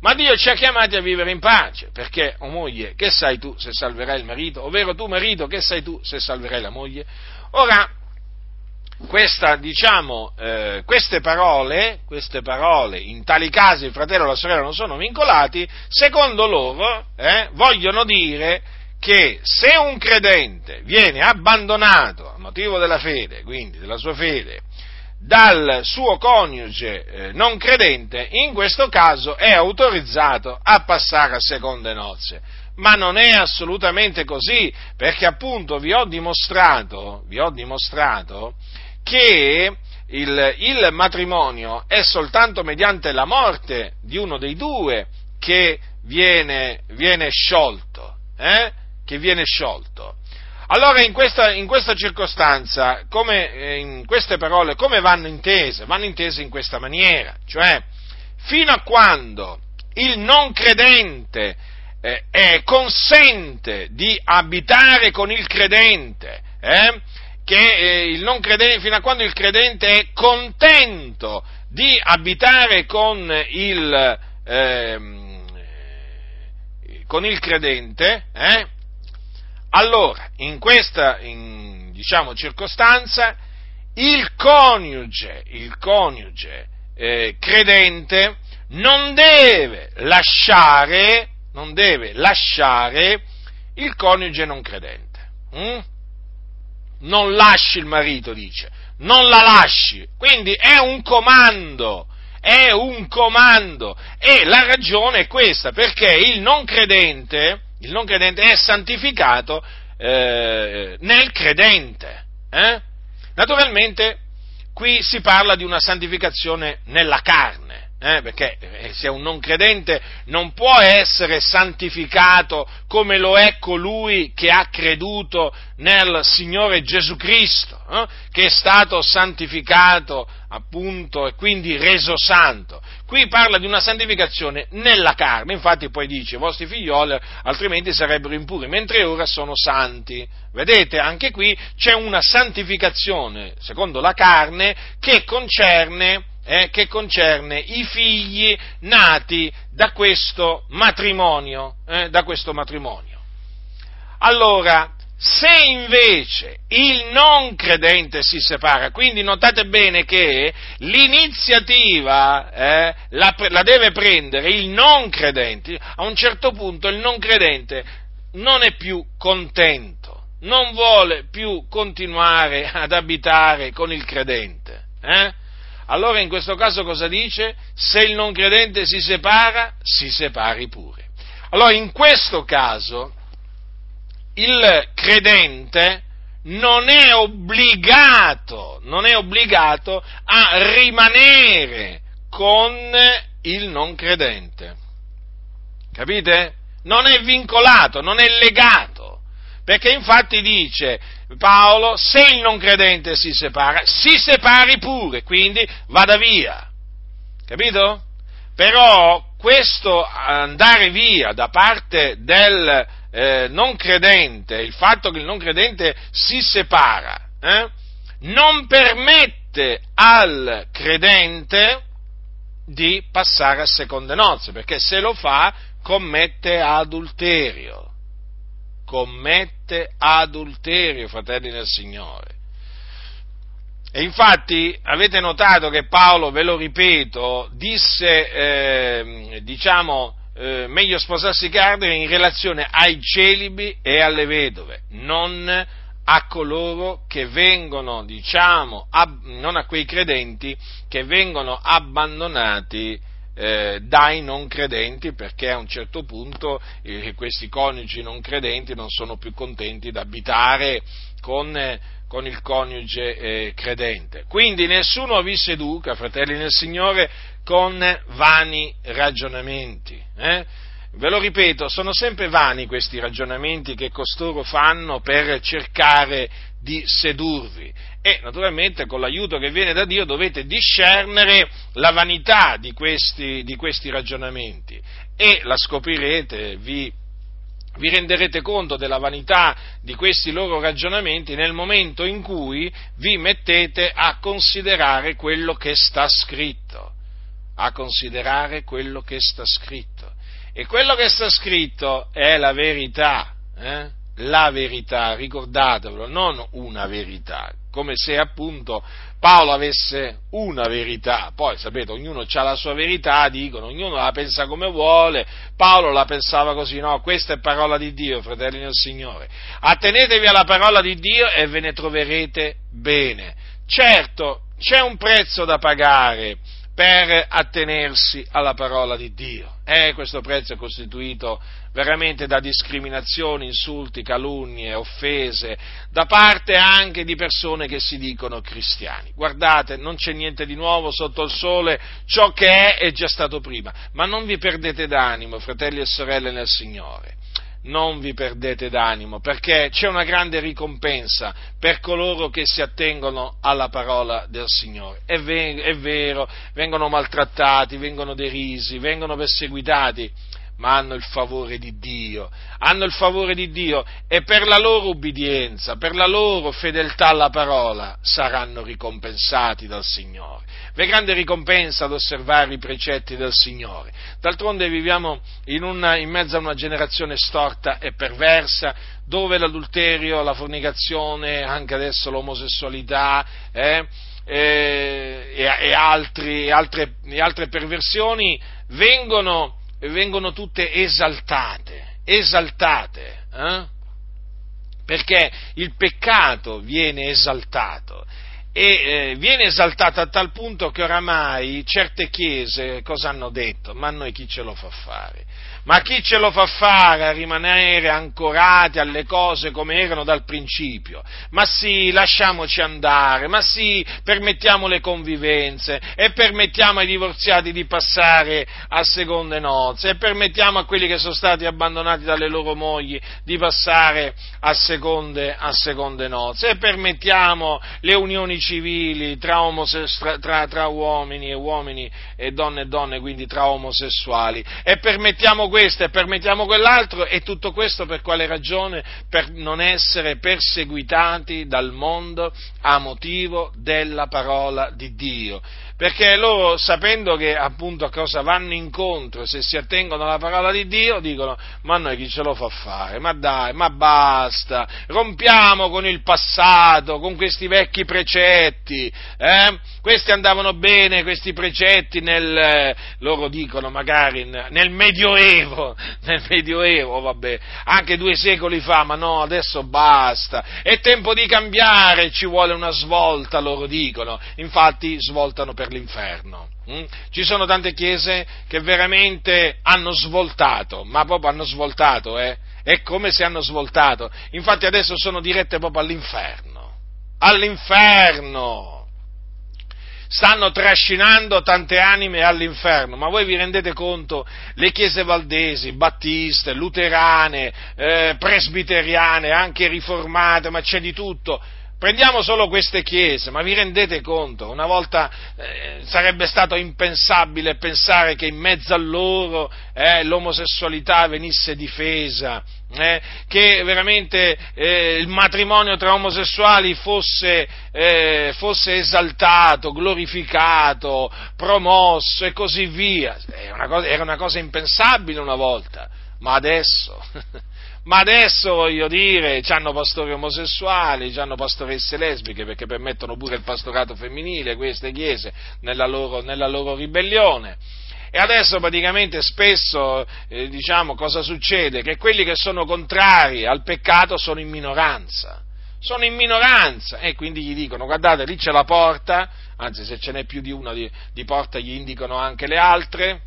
Speaker 2: ma Dio ci ha chiamati a vivere in pace, perché, o moglie, che sai tu se salverai il marito, ovvero tu marito, che sai tu se salverai la moglie? Ora, questa, diciamo, eh, queste parole, queste parole, in tali casi il fratello e la sorella non sono vincolati, secondo loro, eh, vogliono dire che se un credente viene abbandonato a motivo della fede, quindi della sua fede, dal suo coniuge eh, non credente, in questo caso è autorizzato a passare a seconde nozze. Ma non è assolutamente così, perché appunto vi ho dimostrato, vi ho dimostrato che il, il matrimonio è soltanto mediante la morte di uno dei due che viene, viene sciolto, eh? che viene sciolto. Allora in questa, in questa circostanza, come, eh, in queste parole, come vanno intese? Vanno intese in questa maniera, cioè fino a quando il non credente eh, eh, consente di abitare con il credente, eh, che eh, il non credente, fino a quando il credente è contento di abitare con il, eh, con il credente, eh, allora, in questa, in, diciamo, circostanza, il coniuge, il coniuge eh, credente non deve lasciare, non deve lasciare il coniuge non credente. Mm? Non lasci il marito, dice, non la lasci. Quindi è un comando, è un comando. E la ragione è questa, perché il non credente... Il non credente è santificato eh, nel credente. Eh? Naturalmente qui si parla di una santificazione nella carne, eh? perché eh, se un non credente non può essere santificato come lo è colui che ha creduto nel Signore Gesù Cristo, eh? che è stato santificato appunto e quindi reso santo. Qui parla di una santificazione nella carne, infatti poi dice, i vostri figlioli altrimenti sarebbero impuri, mentre ora sono santi. Vedete, anche qui c'è una santificazione, secondo la carne, che concerne, eh, che concerne i figli nati da questo matrimonio, eh, da questo matrimonio. Allora, se invece il non credente si separa, quindi notate bene che l'iniziativa eh, la, la deve prendere il non credente, a un certo punto il non credente non è più contento, non vuole più continuare ad abitare con il credente. Eh? Allora in questo caso cosa dice? Se il non credente si separa, si separi pure. Allora in questo caso il credente non è obbligato, non è obbligato a rimanere con il non credente. Capite? Non è vincolato, non è legato, perché infatti dice Paolo, se il non credente si separa, si separi pure, quindi vada via. Capito? Però questo andare via da parte del Eh, non credente, il fatto che il non credente si separa, eh, non permette al credente di passare a seconde nozze, perché se lo fa commette adulterio, commette adulterio, fratelli del Signore. E infatti avete notato che Paolo, ve lo ripeto, disse, eh, diciamo, Eh, meglio sposarsi che ardere in relazione ai celibi e alle vedove, non a coloro che vengono, diciamo, ab- non a quei credenti che vengono abbandonati eh, dai non credenti, perché a un certo punto eh, questi coniugi non credenti non sono più contenti di abitare con, eh, con il coniuge eh, credente. Quindi nessuno vi seduca, fratelli nel Signore, con vani ragionamenti. Eh? Ve lo ripeto, sono sempre vani questi ragionamenti che costoro fanno per cercare di sedurvi, e naturalmente con l'aiuto che viene da Dio dovete discernere la vanità di questi, di questi ragionamenti, e la scoprirete, vi, vi renderete conto della vanità di questi loro ragionamenti nel momento in cui vi mettete a considerare quello che sta scritto. a considerare quello che sta scritto. E quello che sta scritto è la verità, eh? La verità, ricordatevelo, non una verità, come se appunto Paolo avesse una verità. Poi sapete, ognuno ha la sua verità, dicono, ognuno la pensa come vuole. Paolo la pensava così, no, questa è parola di Dio, fratelli del Signore. Attenetevi alla parola di Dio e ve ne troverete bene. Certo, c'è un prezzo da pagare per attenersi alla parola di Dio. E questo prezzo è costituito veramente da discriminazioni, insulti, calunnie, offese, da parte anche di persone che si dicono cristiani. Guardate, non c'è niente di nuovo sotto il sole, ciò che è è già stato prima, ma non vi perdete d'animo, fratelli e sorelle nel Signore. Non vi perdete d'animo, perché c'è una grande ricompensa per coloro che si attengono alla parola del Signore. È, ve- è vero, vengono maltrattati, vengono derisi, vengono perseguitati, ma hanno il favore di Dio, hanno il favore di Dio e per la loro ubbidienza, per la loro fedeltà alla parola, saranno ricompensati dal Signore. V'è grande ricompensa ad osservare i precetti del Signore. D'altronde viviamo in, una, in mezzo a una generazione storta e perversa, dove l'adulterio, la fornicazione, anche adesso l'omosessualità, eh, eh, e, e, altri, e, altre, e altre perversioni vengono vengono tutte esaltate, esaltate, eh? Perché il peccato viene esaltato e eh, viene esaltato a tal punto che oramai certe chiese cosa hanno detto? Ma a noi chi ce lo fa fare? Ma chi ce lo fa fare a rimanere ancorati alle cose come erano dal principio? Ma sì, lasciamoci andare, ma sì, permettiamo le convivenze e permettiamo ai divorziati di passare a seconde nozze e permettiamo a quelli che sono stati abbandonati dalle loro mogli di passare a seconde, a seconde nozze e permettiamo le unioni civili tra, omosessu- tra, tra, tra uomini e uomini e donne e donne, quindi tra omosessuali, e permettiamo questo e permettiamo quell'altro, e tutto questo per quale ragione? Per non essere perseguitati dal mondo a motivo della parola di Dio, perché loro, sapendo che appunto a cosa vanno incontro se si attengono alla parola di Dio, dicono: ma noi chi ce lo fa fare? Ma dai, ma basta, rompiamo con il passato, con questi vecchi precetti, eh? Questi andavano bene, questi precetti nel, eh, loro dicono magari nel Medioevo, nel Medioevo, vabbè, anche due secoli fa, ma no, adesso basta, è tempo di cambiare, ci vuole una svolta, loro dicono, infatti svoltano per l'inferno. Mm? Ci sono tante chiese che veramente hanno svoltato, ma proprio hanno svoltato, eh? È come se hanno svoltato, infatti adesso sono dirette proprio all'inferno, all'inferno! Stanno trascinando tante anime all'inferno, ma voi vi rendete conto? Le chiese valdesi, battiste, luterane, eh, presbiteriane, anche riformate, ma c'è di tutto. Prendiamo solo queste chiese, ma vi rendete conto? Una volta eh, sarebbe stato impensabile pensare che in mezzo a loro eh, l'omosessualità venisse difesa, eh, che veramente eh, il matrimonio tra omosessuali fosse, eh, fosse esaltato, glorificato, promosso e così via. Era una cosa, era una cosa impensabile una volta, ma adesso... Ma adesso, voglio dire, c'hanno pastori omosessuali, c'hanno pastoresse lesbiche, perché permettono pure il pastorato femminile, queste chiese, nella loro, nella loro ribellione. E adesso praticamente spesso, eh, diciamo, cosa succede? Che quelli che sono contrari al peccato sono in minoranza. Sono in minoranza e quindi gli dicono: guardate, lì c'è la porta, anzi se ce n'è più di una di, di porta gli indicano anche le altre.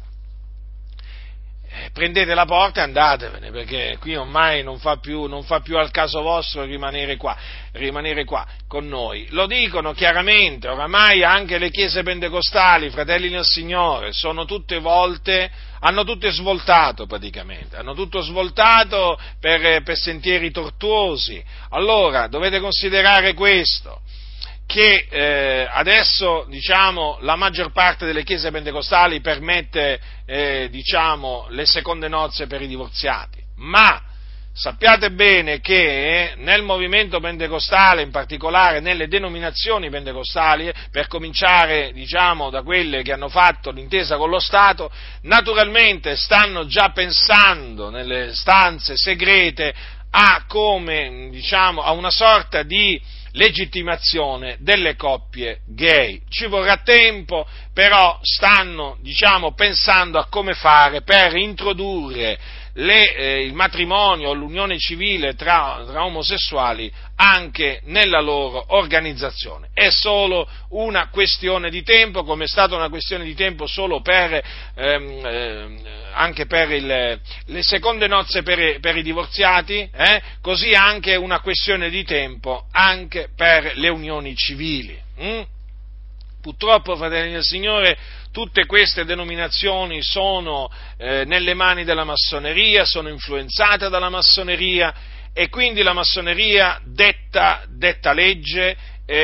Speaker 2: Prendete la porta e andatevene, perché qui ormai non fa più, non fa più al caso vostro rimanere qua, rimanere qua con noi. Lo dicono chiaramente, oramai anche le chiese pentecostali, fratelli nel Signore, sono tutte volte, hanno tutte svoltato praticamente, hanno tutto svoltato per, per sentieri tortuosi. Allora, dovete considerare questo, che eh, adesso, diciamo, la maggior parte delle chiese pentecostali permette, eh, diciamo, le seconde nozze per i divorziati, ma sappiate bene che nel movimento pentecostale, in particolare nelle denominazioni pentecostali, per cominciare, diciamo, da quelle che hanno fatto l'intesa con lo Stato, naturalmente stanno già pensando nelle stanze segrete a come, diciamo, a una sorta di legittimazione delle coppie gay. Ci vorrà tempo, però stanno, diciamo, pensando a come fare per introdurre le, eh, il matrimonio o l'unione civile tra, tra omosessuali anche nella loro organizzazione. È solo una questione di tempo, come è stata una questione di tempo solo per ehm, ehm, anche per il, le seconde nozze per, per i divorziati, eh? Così anche una questione di tempo anche per le unioni civili. Hm? Purtroppo, fratelli del Signore, tutte queste denominazioni sono eh, nelle mani della massoneria, sono influenzate dalla massoneria, e quindi la massoneria detta, detta legge,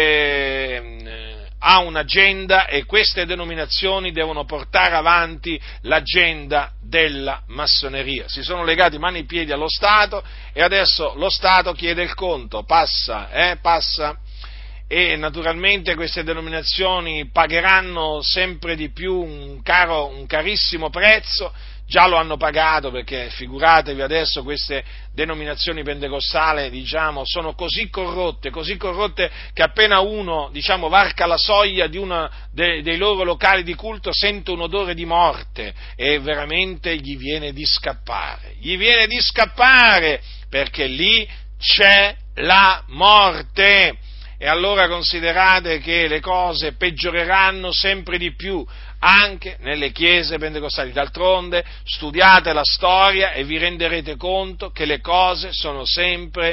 Speaker 2: eh, ha un'agenda, e queste denominazioni devono portare avanti l'agenda della massoneria. Si sono legati mani e piedi allo Stato, e adesso lo Stato chiede il conto, passa, eh, passa, e naturalmente queste denominazioni pagheranno sempre di più un caro, un carissimo prezzo. Già lo hanno pagato, perché figuratevi adesso, queste denominazioni pentecostali, diciamo, sono così corrotte, così corrotte che appena uno, diciamo, varca la soglia di uno de, dei loro locali di culto sente un odore di morte, e veramente gli viene di scappare, gli viene di scappare, perché lì c'è la morte. E allora considerate che le cose peggioreranno sempre di più anche nelle chiese pentecostali. D'altronde studiate la storia e vi renderete conto che le cose sono sempre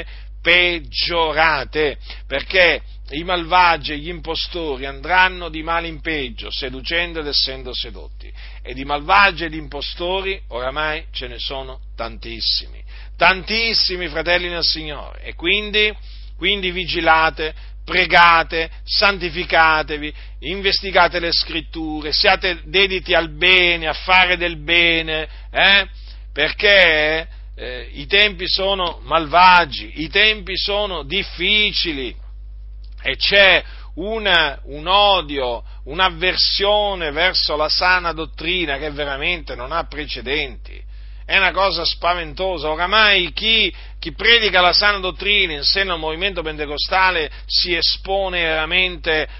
Speaker 2: peggiorate, perché i malvagi e gli impostori andranno di male in peggio, seducendo ed essendo sedotti. E di malvagi e di impostori oramai ce ne sono tantissimi, tantissimi, fratelli nel Signore, e quindi, quindi vigilate, pregate, santificatevi, investigate le scritture, siate dediti al bene, a fare del bene, eh? perché eh, i tempi sono malvagi, i tempi sono difficili, e c'è una, un odio, un'avversione verso la sana dottrina che veramente non ha precedenti. È una cosa spaventosa. Oramai chi, chi predica la sana dottrina in seno al movimento pentecostale si espone veramente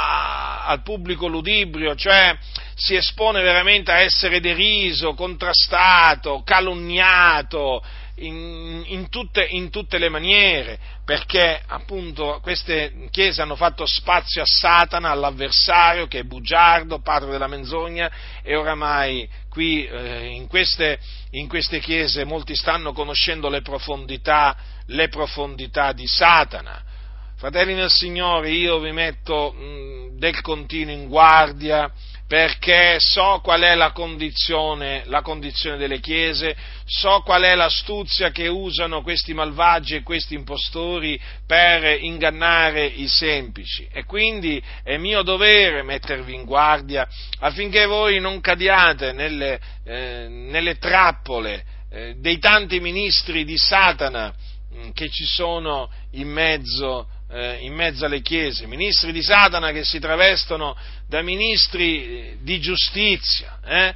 Speaker 2: a, al pubblico ludibrio, cioè si espone veramente a essere deriso, contrastato, calunniato, in, in, tutte, in tutte le maniere, perché appunto queste chiese hanno fatto spazio a Satana, all'avversario che è bugiardo, padre della menzogna, e oramai qui eh, in, queste, in queste chiese molti stanno conoscendo le profondità, le profondità di Satana. Fratelli nel Signore, io vi metto mh, del continuo in guardia, perché so qual è la condizione, la condizione delle chiese, so qual è l'astuzia che usano questi malvagi e questi impostori per ingannare i semplici, e quindi è mio dovere mettervi in guardia affinché voi non cadiate nelle, eh, nelle trappole eh, dei tanti ministri di Satana mh, che ci sono in mezzo in mezzo alle chiese, ministri di Satana che si travestono da ministri di giustizia, eh?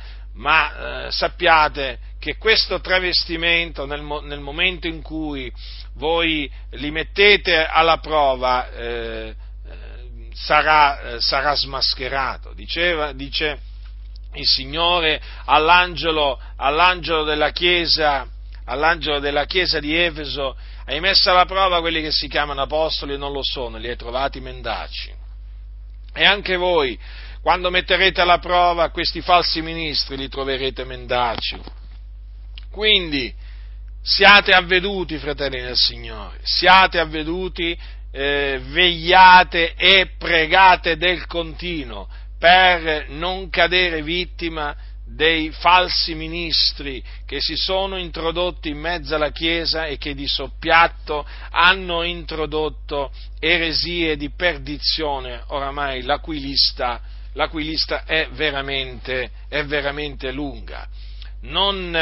Speaker 2: ma eh, sappiate che questo travestimento, nel, nel momento in cui voi li mettete alla prova, eh, sarà, eh, sarà smascherato. Diceva, dice il Signore all'angelo, all'angelo della chiesa, all'angelo della chiesa di Efeso: hai messo alla prova quelli che si chiamano apostoli e non lo sono, li hai trovati mendaci. E anche voi, quando metterete alla prova questi falsi ministri, li troverete mendaci. Quindi, siate avveduti, fratelli del Signore, siate avveduti, eh, vegliate e pregate del continuo per non cadere vittima dei falsi ministri che si sono introdotti in mezzo alla Chiesa e che di soppiatto hanno introdotto eresie di perdizione, oramai la cui lista, la cui lista è veramente, è veramente lunga. Non,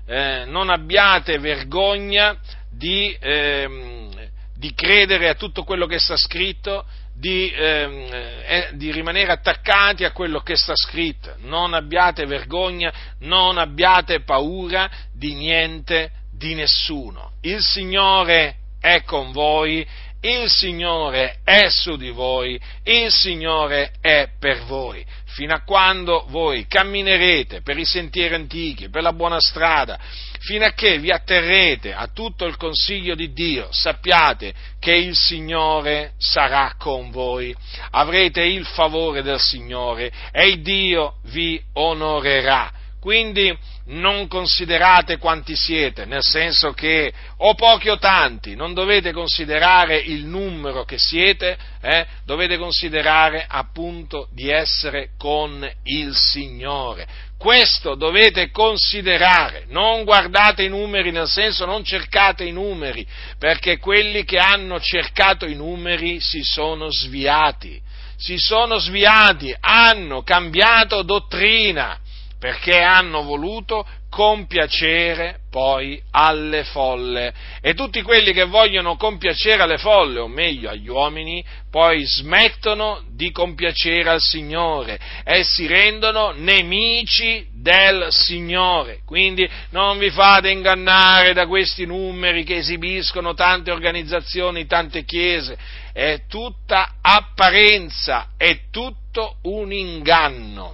Speaker 2: eh, non abbiate vergogna di, ehm, di credere a tutto quello che sta scritto, di, ehm, eh, di rimanere attaccati a quello che sta scritto. Non abbiate vergogna, non abbiate paura di niente, di nessuno. Il Signore è con voi, il Signore è su di voi, il Signore è per voi. Fino a quando voi camminerete per i sentieri antichi, per la buona strada, fino a che vi atterrete a tutto il consiglio di Dio, sappiate che il Signore sarà con voi, avrete il favore del Signore e il Dio vi onorerà. Quindi non considerate quanti siete, nel senso che o pochi o tanti, non dovete considerare il numero che siete, eh, dovete considerare appunto di essere con il Signore. Questo dovete considerare, non guardate i numeri, nel senso non cercate i numeri, perché quelli che hanno cercato i numeri si sono sviati, si sono sviati, hanno cambiato dottrina, perché hanno voluto compiacere poi alle folle. E tutti quelli che vogliono compiacere alle folle, o meglio agli uomini, poi smettono di compiacere al Signore e si rendono nemici del Signore. Quindi non vi fate ingannare da questi numeri che esibiscono tante organizzazioni, tante chiese. È tutta apparenza, è tutto un inganno.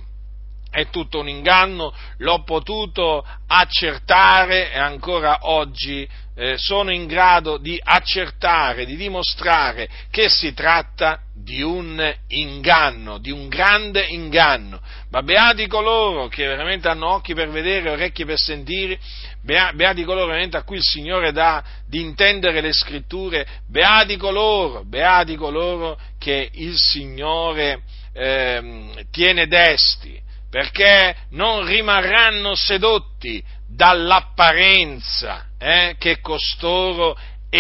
Speaker 2: È tutto un inganno, l'ho potuto accertare e ancora oggi eh, sono in grado di accertare, di dimostrare che si tratta di un inganno, di un grande inganno. Ma beati coloro che veramente hanno occhi per vedere, orecchie per sentire, beati coloro veramente a cui il Signore dà di intendere le Scritture, beati coloro, beati coloro che il Signore eh, tiene desti, perché non rimarranno sedotti dall'apparenza eh, che costoro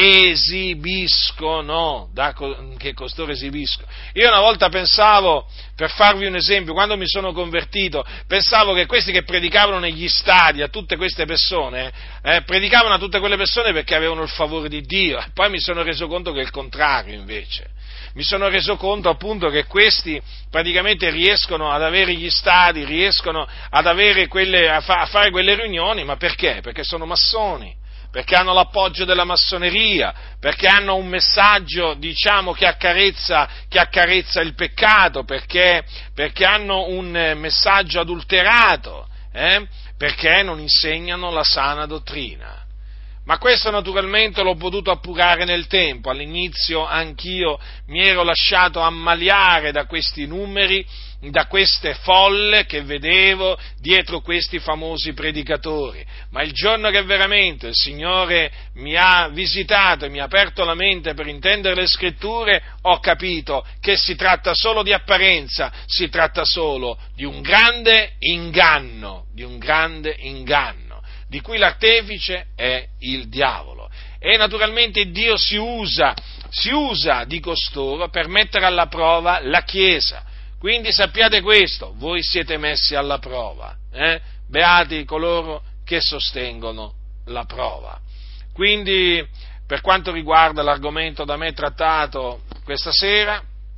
Speaker 2: esibiscono, da, che costoro esibiscono. Io una volta pensavo, per farvi un esempio, quando mi sono convertito, pensavo che questi che predicavano negli stadi a tutte queste persone, eh, predicavano a tutte quelle persone perché avevano il favore di Dio, e poi mi sono reso conto che è il contrario invece. Mi sono reso conto appunto che questi praticamente riescono ad avere gli stadi, riescono ad avere quelle, a, fa, a fare quelle riunioni, ma perché? Perché sono massoni, perché hanno l'appoggio della massoneria, perché hanno un messaggio, diciamo, che accarezza, che accarezza il peccato, perché, perché hanno un messaggio adulterato, eh? Perché non insegnano la sana dottrina. Ma questo naturalmente l'ho potuto appurare nel tempo. All'inizio anch'io mi ero lasciato ammaliare da questi numeri, da queste folle che vedevo dietro questi famosi predicatori. Ma il giorno che veramente il Signore mi ha visitato e mi ha aperto la mente per intendere le Scritture, ho capito che si tratta solo di apparenza, si tratta solo di un grande inganno, di un grande inganno, di cui l'artefice è il diavolo. E naturalmente Dio si usa, si usa di costoro per mettere alla prova la Chiesa. Quindi sappiate questo, voi siete messi alla prova, eh? Beati coloro che sostengono la prova. Quindi, per quanto riguarda l'argomento da me trattato questa sera,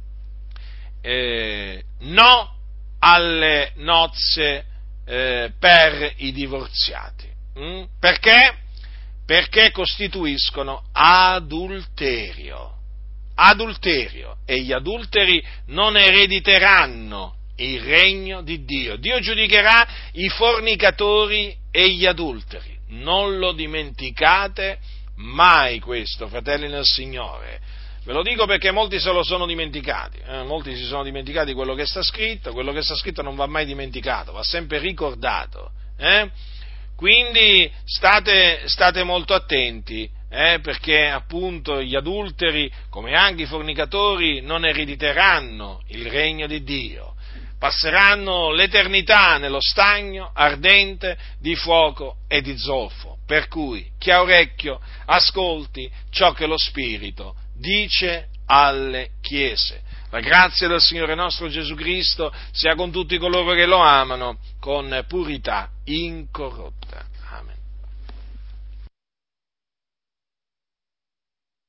Speaker 2: eh, no alle nozze eh, per i divorziati. Mm? Perché? Perché costituiscono adulterio. Adulterio. E gli adulteri non erediteranno il regno di Dio. Dio giudicherà i fornicatori e gli adulteri. Non lo dimenticate mai questo, fratelli nel Signore. Ve lo dico perché molti se lo sono dimenticati, eh? Molti si sono dimenticati quello che sta scritto, quello che sta scritto non va mai dimenticato, va sempre ricordato, eh? Quindi state, state molto attenti, eh, perché appunto gli adulteri, come anche i fornicatori, non erediteranno il regno di Dio, passeranno l'eternità nello stagno ardente di fuoco e di zolfo. Per cui chi ha orecchio ascolti ciò che lo Spirito dice alle chiese. La grazia del Signore nostro Gesù Cristo sia con tutti coloro che lo amano con purità incorrotta.